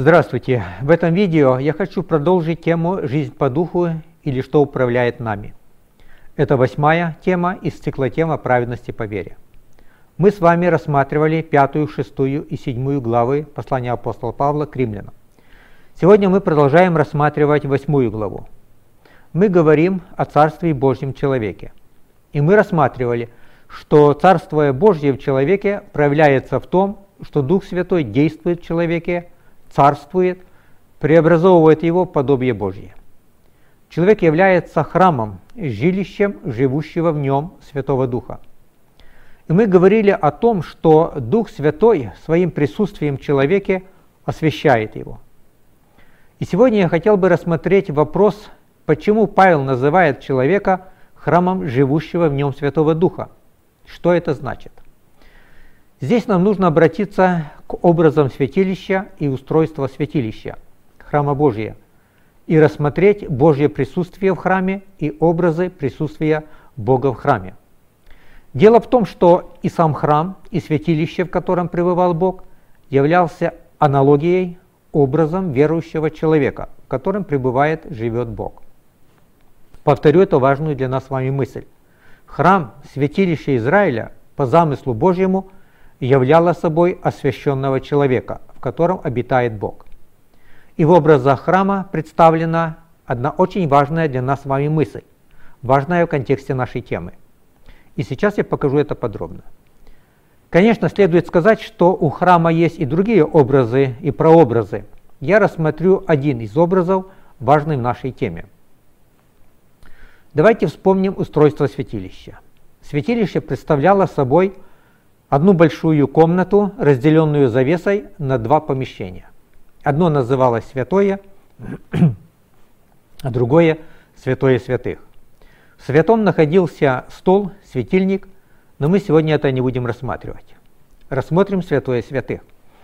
Здравствуйте! В этом видео я хочу продолжить тему «Жизнь по духу» или «Что управляет нами». Это 8-я тема из цикла тема праведности по вере. Мы с вами рассматривали 5, 6 и 7 главы послания апостола Павла к римлянам. Сегодня мы продолжаем рассматривать 8 главу. Мы говорим о Царстве Божьем человеке. И мы рассматривали, что Царство Божье в человеке проявляется в том, что Дух Святой действует в человеке, царствует, преобразовывает его в подобие Божье. Человек является храмом, жилищем живущего в нем Святого Духа. И мы говорили о том, что Дух Святой своим присутствием в человеке освящает его. И сегодня я хотел бы рассмотреть вопрос, почему Павел называет человека храмом живущего в нем Святого Духа. Что это значит? Здесь нам нужно обратиться к образам святилища и устройства святилища, храма Божия, и рассмотреть Божье присутствие в храме и образы присутствия Бога в храме. Дело в том, что и сам храм, и святилище, в котором пребывал Бог, являлся аналогией, образом верующего человека, в котором пребывает, живет Бог. Повторю эту важную для нас с вами мысль. Храм, святилище Израиля, по замыслу Божьему, являло собой освященного человека, в котором обитает Бог. И в образах храма представлена одна очень важная для нас с вами мысль, важная в контексте нашей темы. И сейчас я покажу это подробно. Конечно, следует сказать, что у храма есть и другие образы и прообразы. Я рассмотрю один из образов, важный в нашей теме. Давайте вспомним устройство святилища. Святилище представляло собой одну большую комнату, разделенную завесой на два помещения. Одно называлось святое, а другое святое святых. В святом находился стол, светильник, но мы сегодня это не будем рассматривать. Рассмотрим святое святых.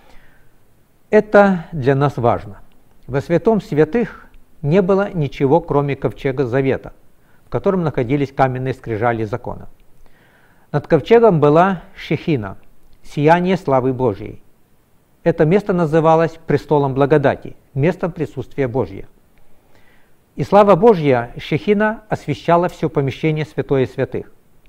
Это для нас важно. Во святом святых не было ничего, кроме ковчега завета, в котором находились каменные скрижали закона. Над ковчегом была шехина, сияние славы Божьей. Это место называлось престолом благодати, местом присутствия Божьего. И слава Божья, шехина, освещала все помещение святое святых.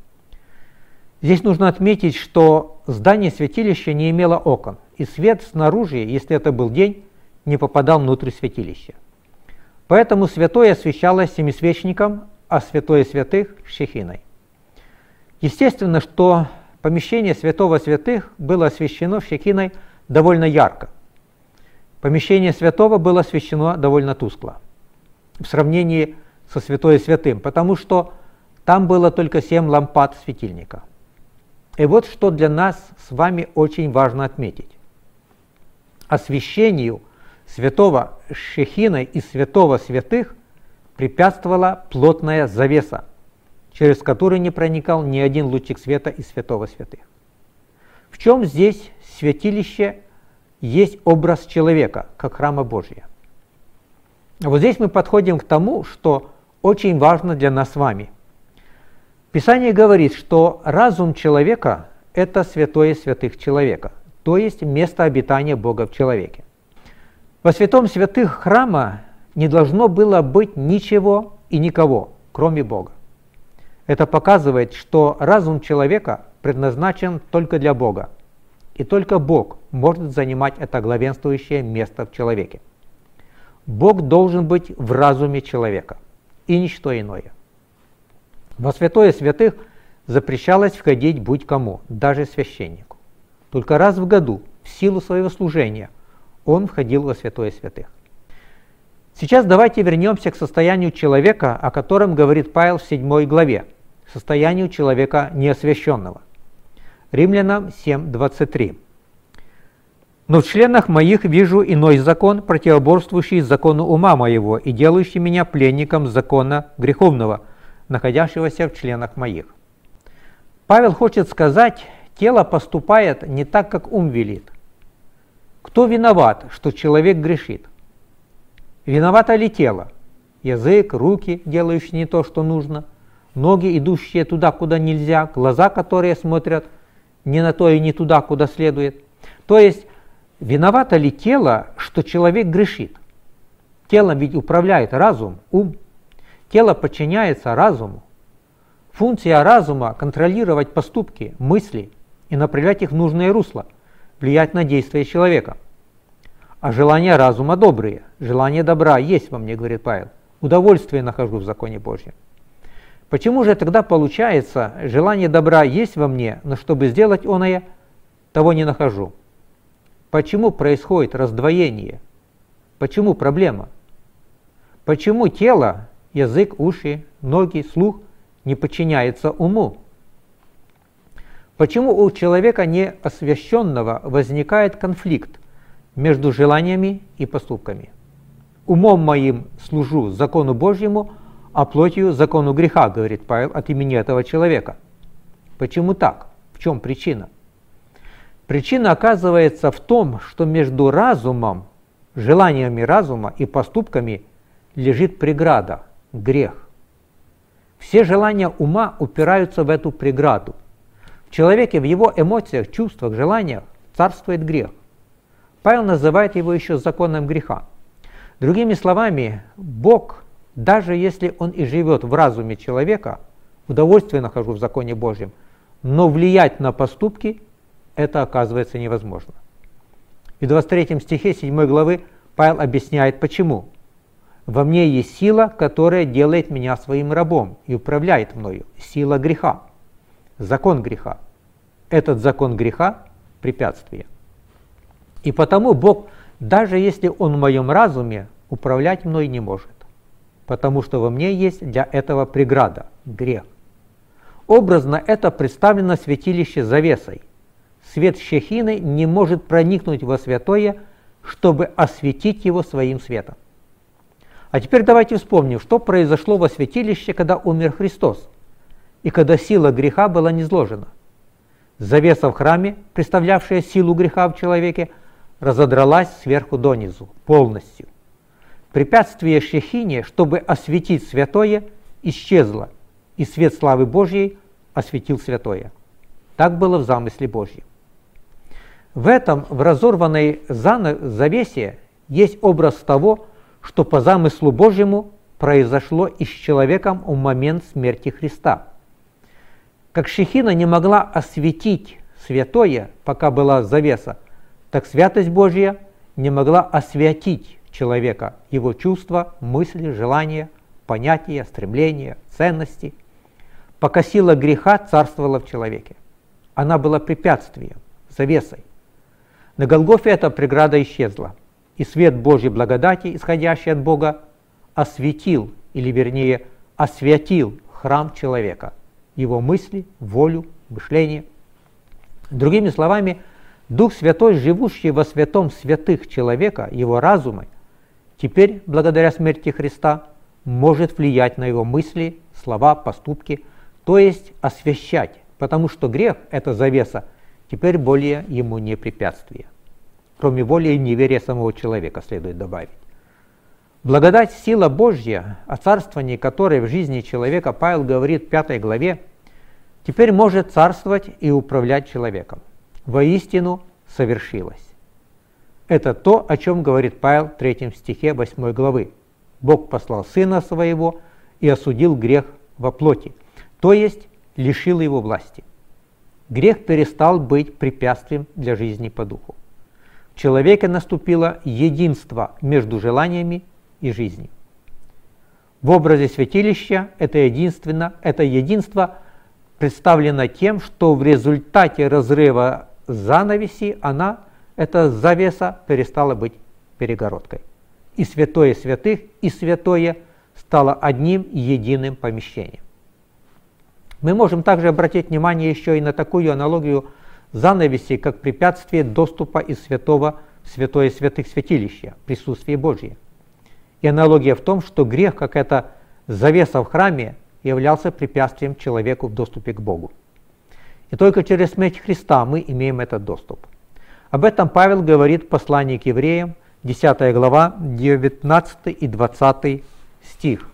Здесь нужно отметить, что здание святилища не имело окон, и свет снаружи, если это был день, не попадал внутрь святилища. Поэтому святое освещалось семисвечником, а святое святых – шехиной. Естественно, что помещение святого святых было освящено шехиной довольно ярко. Помещение святого было освящено довольно тускло в сравнении со святое святым, потому что там было только 7 лампад светильника. И вот что для нас с вами очень важно отметить. Освящению святого шехиной и святого святых препятствовала плотная завеса, через который не проникал ни один лучик света из святого святых. В чем здесь святилище есть образ человека, как храма Божия? Вот здесь мы подходим к тому, что очень важно для нас с вами. Писание говорит, что разум человека – это святое святых человека, то есть место обитания Бога в человеке. Во святом святых храма не должно было быть ничего и никого, кроме Бога. Это показывает, что разум человека предназначен только для Бога, и только Бог может занимать это главенствующее место в человеке. Бог должен быть в разуме человека, и ничто иное. Во святое святых запрещалось входить будь кому, даже священнику. Только раз в году, в силу своего служения, он входил во святое святых. Сейчас давайте вернемся к состоянию человека, о котором говорит Павел в 7 главе, состоянию человека неосвященного. Римлянам 7:23. «Но в членах моих вижу иной закон, противоборствующий закону ума моего и делающий меня пленником закона греховного, находящегося в членах моих». Павел хочет сказать, тело поступает не так, как ум велит. Кто виноват, что человек грешит? Виновато ли тело? Язык, руки, делающие не то, что нужно, ноги, идущие туда, куда нельзя, глаза, которые смотрят не на то и не туда, куда следует. То есть Виновато ли тело, что человек грешит? Телом ведь управляет разум, ум. Тело подчиняется разуму. Функция разума – контролировать поступки, мысли и направлять их в нужное русло, влиять на действия человека. А желания разума добрые, желание добра есть во мне, говорит Павел. Удовольствие нахожу в законе Божьем. Почему же тогда получается, желание добра есть во мне, но чтобы сделать оное, того не нахожу? Почему происходит раздвоение? Почему проблема? Почему тело, язык, уши, ноги, слух не подчиняется уму? Почему у человека неосвященного возникает конфликт между желаниями и поступками? Умом моим служу закону Божьему, а плотью закону греха, говорит Павел от имени этого человека. Почему так? В чем причина? Причина оказывается в том, что между разумом, желаниями разума и поступками лежит преграда, грех. Все желания ума упираются в эту преграду. В человеке, в его эмоциях, чувствах, желаниях царствует грех. Павел называет его еще законом греха. Другими словами, Бог, даже если Он и живет в разуме человека, удовольствие нахожу в законе Божьем, но влиять на поступки это оказывается невозможно. И в 23 стихе 7 главы Павел объясняет, почему. «Во мне есть сила, которая делает меня своим рабом и управляет мною. Сила греха, закон греха. Этот закон греха – препятствие. И потому Бог, даже если Он в моем разуме, управлять мной не может, потому что во мне есть для этого преграда – грех. Образно это представлено святилище завесой. Свет Шехины не может проникнуть во святое, чтобы осветить его своим светом. А теперь давайте вспомним, что произошло во святилище, когда умер Христос, и когда сила греха была низложена. Завеса в храме, представлявшая силу греха в человеке, разодралась сверху донизу, полностью. Препятствие Шехине, чтобы осветить святое, исчезло, и свет славы Божьей осветил святое. Так было в замысле Божьем. В этом, в разорванной завесе, есть образ того, что по замыслу Божьему произошло и с человеком в момент смерти Христа. Как Шехина не могла осветить святое, пока была завеса, так святость Божья не могла осветить человека, его чувства, мысли, желания, понятия, стремления, ценности, пока сила греха царствовала в человеке. Она была препятствием, завесой. На Голгофе эта преграда исчезла, и свет Божьей благодати, исходящий от Бога, осветил, или вернее, освятил храм человека, его мысли, волю, мышление. Другими словами, Дух Святой, живущий во святом святых человека, его разума, теперь, благодаря смерти Христа, может влиять на его мысли, слова, поступки, то есть освящать, потому что грех, эта завеса, теперь более ему не препятствие. Кроме воли и неверия самого человека, следует добавить. Благодать, сила Божья, о царствовании которой в жизни человека Павел говорит в 5 главе, теперь может царствовать и управлять человеком. Воистину совершилось. Это то, о чем говорит Павел в 3 стихе 8 главы. Бог послал Сына Своего и осудил грех во плоти, то есть лишил его власти. Грех перестал быть препятствием для жизни по духу. В человеке наступило единство между желаниями и жизнью. В образе святилища это единство представлено тем, что в результате разрыва занавеси эта завеса перестала быть перегородкой. И святое святых, и святое стало одним единым помещением. Мы можем также обратить внимание еще и на такую аналогию занавеси, как препятствие доступа из святого в святое святых святилища, присутствие Божье. И аналогия в том, что грех, как эта завеса в храме, являлся препятствием человеку в доступе к Богу. И только через смерть Христа мы имеем этот доступ. Об этом Павел говорит в послании к евреям, 10 глава, 19 и 20 стих.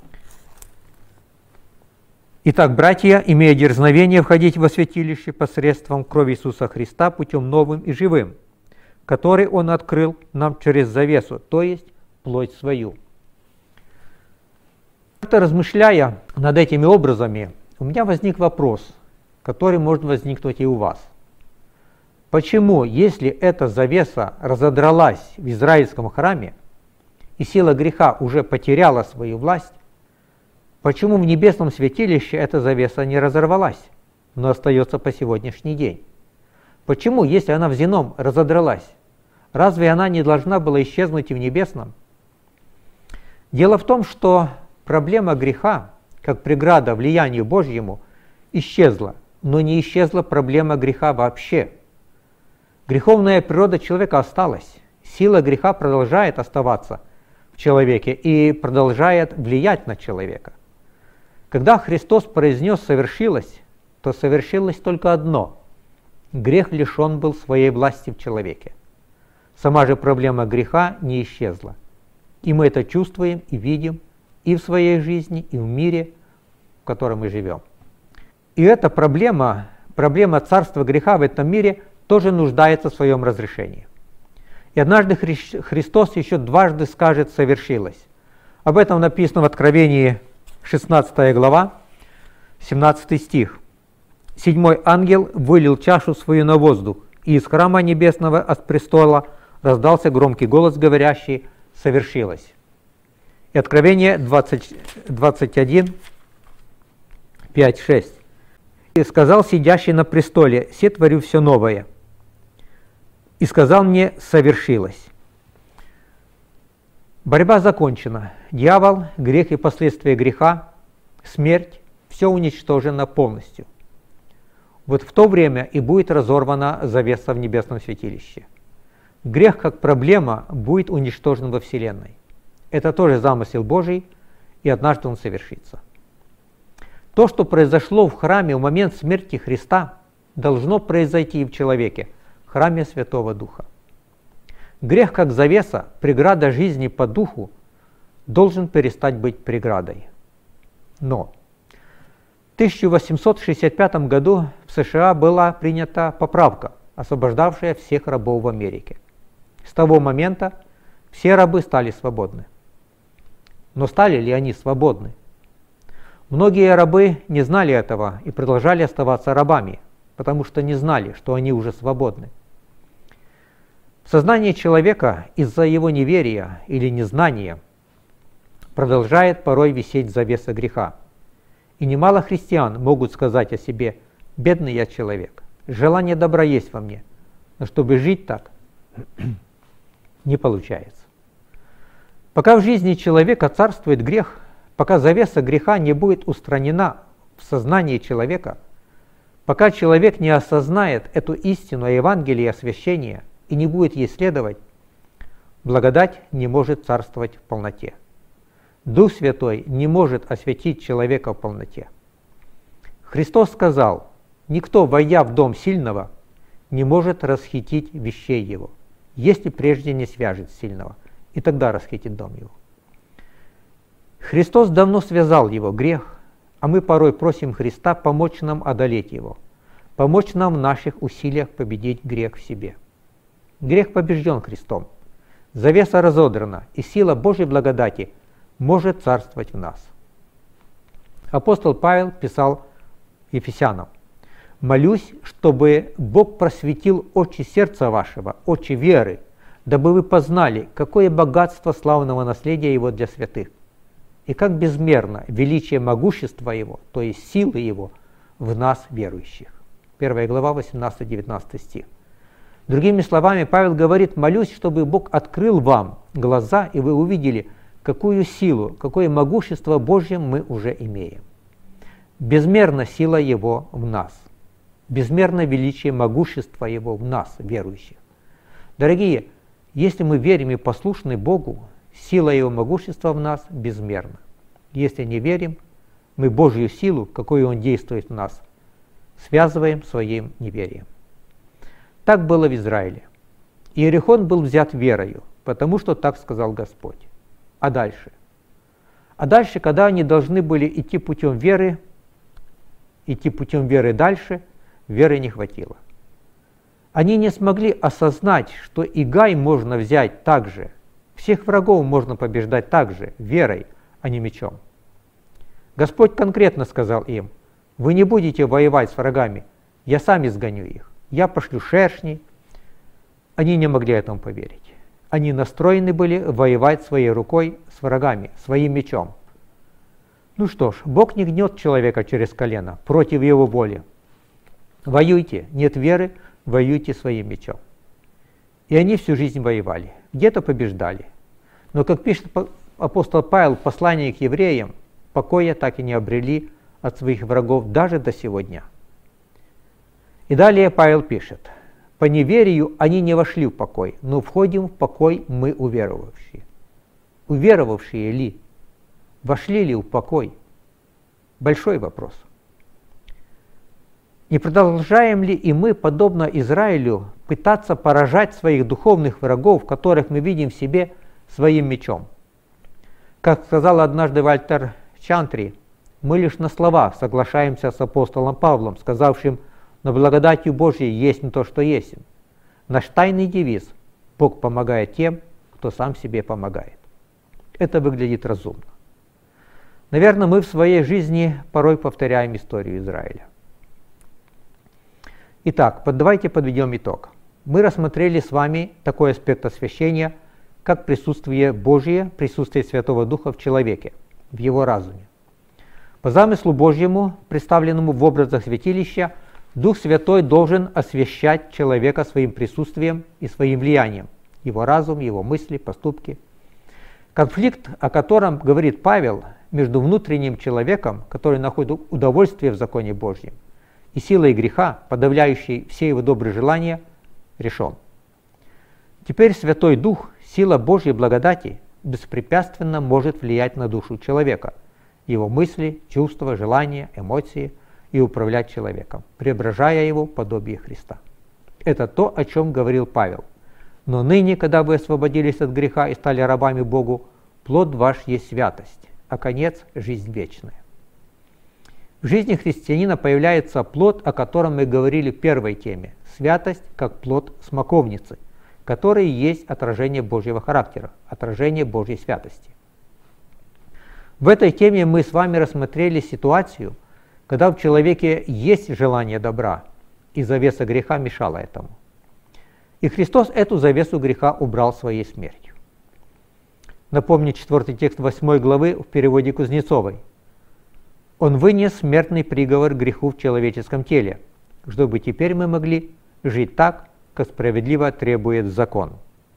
Итак, братья, имея дерзновение входить во святилище посредством крови Иисуса Христа путем новым и живым, который Он открыл нам через завесу, то есть плоть свою. Как-то размышляя над этими образами, у меня возник вопрос, который может возникнуть и у вас. Почему, если эта завеса разодралась в израильском храме, и сила греха уже потеряла свою власть, почему в небесном святилище эта завеса не разорвалась, но остается по сегодняшний день? Почему, если она в земном разодралась, разве она не должна была исчезнуть и в небесном? Дело в том, что проблема греха, как преграда влиянию Божьему, исчезла, но не исчезла проблема греха вообще. Греховная природа человека осталась, сила греха продолжает оставаться в человеке и продолжает влиять на человека. Когда Христос произнес «совершилось», то совершилось только одно – грех лишен был своей власти в человеке. Сама же проблема греха не исчезла. И мы это чувствуем и видим и в своей жизни, и в мире, в котором мы живем. И эта проблема царства греха в этом мире тоже нуждается в своем разрешении. И однажды Христос еще дважды скажет «совершилось». Об этом написано в Откровении 16 глава, 17 стих. «Седьмой ангел вылил чашу свою на воздух, и из храма небесного от престола раздался громкий голос, говорящий «совершилось». И Откровение 21, 5, 6. «И сказал сидящий на престоле, се творю все новое. И сказал мне, совершилось». Борьба закончена. Дьявол, грех и последствия греха, смерть, все уничтожено полностью. Вот в то время и будет разорвана завеса в небесном святилище. Грех как проблема будет уничтожен во Вселенной. Это тоже замысел Божий, и однажды он совершится. То, что произошло в храме в момент смерти Христа, должно произойти и в человеке, в храме Святого Духа. Грех как завеса, преграда жизни по духу, должен перестать быть преградой. Но в 1865 году в США была принята поправка, освобождавшая всех рабов в Америке. С того момента все рабы стали свободны. Но стали ли они свободны? Многие рабы не знали этого и продолжали оставаться рабами, потому что не знали, что они уже свободны. В сознании человека из-за его неверия или незнания продолжает порой висеть завеса греха. И немало христиан могут сказать о себе: «Бедный я человек, желание добра есть во мне, но чтобы жить так, не получается». Пока в жизни человека царствует грех, пока завеса греха не будет устранена в сознании человека, пока человек не осознает эту истину о Евангелии и освящения и не будет ей следовать, благодать не может царствовать в полноте. Дух Святой не может осветить человека в полноте. Христос сказал: «Никто, войдя в дом сильного, не может расхитить вещей его, если прежде не свяжет сильного, и тогда расхитит дом его». Христос давно связал его грех, а мы порой просим Христа помочь нам одолеть его, помочь нам в наших усилиях победить грех в себе. Грех побежден Христом, завеса разодрана, и сила Божьей благодати может царствовать в нас. Апостол Павел писал Ефесянам: «Молюсь, чтобы Бог просветил очи сердца вашего, очи веры, дабы вы познали, какое богатство славного наследия Его для святых, и как безмерно величие могущества Его, то есть силы Его, в нас, верующих». 1 глава, 18-19 стих. Другими словами, Павел говорит: молюсь, чтобы Бог открыл вам глаза, и вы увидели, какую силу, какое могущество Божье мы уже имеем. Безмерна сила Его в нас, безмерно величие могущества Его в нас, верующих. Дорогие, если мы верим и послушны Богу, сила Его могущества в нас безмерна. Если не верим, мы Божью силу, какой Он действует в нас, связываем своим неверием. Так было в Израиле. Иерихон был взят верою, потому что так сказал Господь. А дальше? А дальше, когда они должны были идти путем веры дальше, веры не хватило. Они не смогли осознать, что и Гай можно взять так же. Всех врагов можно побеждать так же, верой, а не мечом. Господь конкретно сказал им: вы не будете воевать с врагами, я сам изгоню их, я пошлю шершни. Они не могли этому поверить. Они настроены были воевать своей рукой с врагами, своим мечом. Ну что ж, Бог не гнет человека через колено, против его воли. Воюйте, нет веры, воюйте своим мечом. И они всю жизнь воевали, где-то побеждали. Но, как пишет апостол Павел в послании к евреям, покоя так и не обрели от своих врагов даже до сего дня. И далее Павел пишет: по неверию они не вошли в покой, но входим в покой мы уверовавшие. Уверовавшие ли? Вошли ли в покой? Большой вопрос. Не продолжаем ли и мы, подобно Израилю, пытаться поражать своих духовных врагов, которых мы видим в себе, своим мечом? Как сказал однажды Вальтер Чантри, мы лишь на словах соглашаемся с апостолом Павлом, сказавшим: но благодатью Божьей есть не то, что есть. Наш тайный девиз: Бог помогает тем, кто сам себе помогает. Это выглядит разумно. Наверное, мы в своей жизни порой повторяем историю Израиля. Итак, давайте подведем итог. Мы рассмотрели с вами такой аспект освящения, как присутствие Божие, присутствие Святого Духа в человеке, в его разуме. По замыслу Божьему, представленному в образах святилища, Дух Святой должен освящать человека своим присутствием и своим влиянием, его разум, его мысли, поступки. Конфликт, о котором говорит Павел, между внутренним человеком, который находит удовольствие в законе Божьем, и силой греха, подавляющей все его добрые желания, решен. Теперь Святой Дух, сила Божьей благодати, беспрепятственно может влиять на душу человека, его мысли, чувства, желания, эмоции, и управлять человеком, преображая его в подобие Христа. Это то, о чем говорил Павел. Но ныне, когда вы освободились от греха и стали рабами Богу, плод ваш есть святость, а конец – жизнь вечная. В жизни христианина появляется плод, о котором мы говорили в первой теме – святость как плод смоковницы, который есть отражение Божьего характера, отражение Божьей святости. В этой теме мы с вами рассмотрели ситуацию, когда в человеке есть желание добра, и завеса греха мешала этому. И Христос эту завесу греха убрал своей смертью. Напомню 4 текст 8 главы в переводе Кузнецовой. Он вынес смертный приговор греху в человеческом теле, чтобы теперь мы могли жить так, как справедливо требует закон.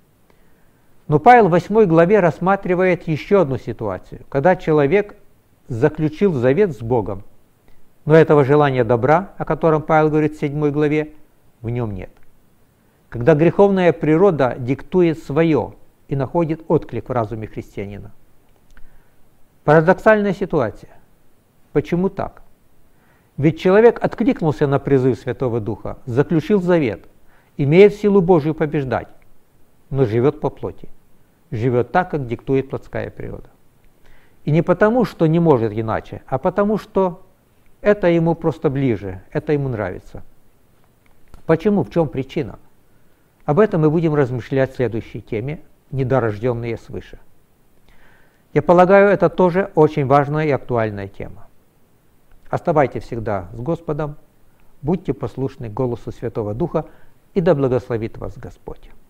Но Павел в 8 главе рассматривает еще одну ситуацию, когда человек заключил завет с Богом, но этого желания добра, о котором Павел говорит в 7 главе, в нем нет. Когда греховная природа диктует свое и находит отклик в разуме христианина. Парадоксальная ситуация. Почему так? Ведь человек откликнулся на призыв Святого Духа, заключил завет, имеет силу Божию побеждать, но живет по плоти, живет так, как диктует плотская природа. И не потому, что не может иначе, а потому, что это ему просто ближе, это ему нравится. Почему? В чем причина? Об этом мы будем размышлять в следующей теме «Недорожденные свыше». Я полагаю, это тоже очень важная и актуальная тема. Оставайтесь всегда с Господом, будьте послушны голосу Святого Духа, и да благословит вас Господь.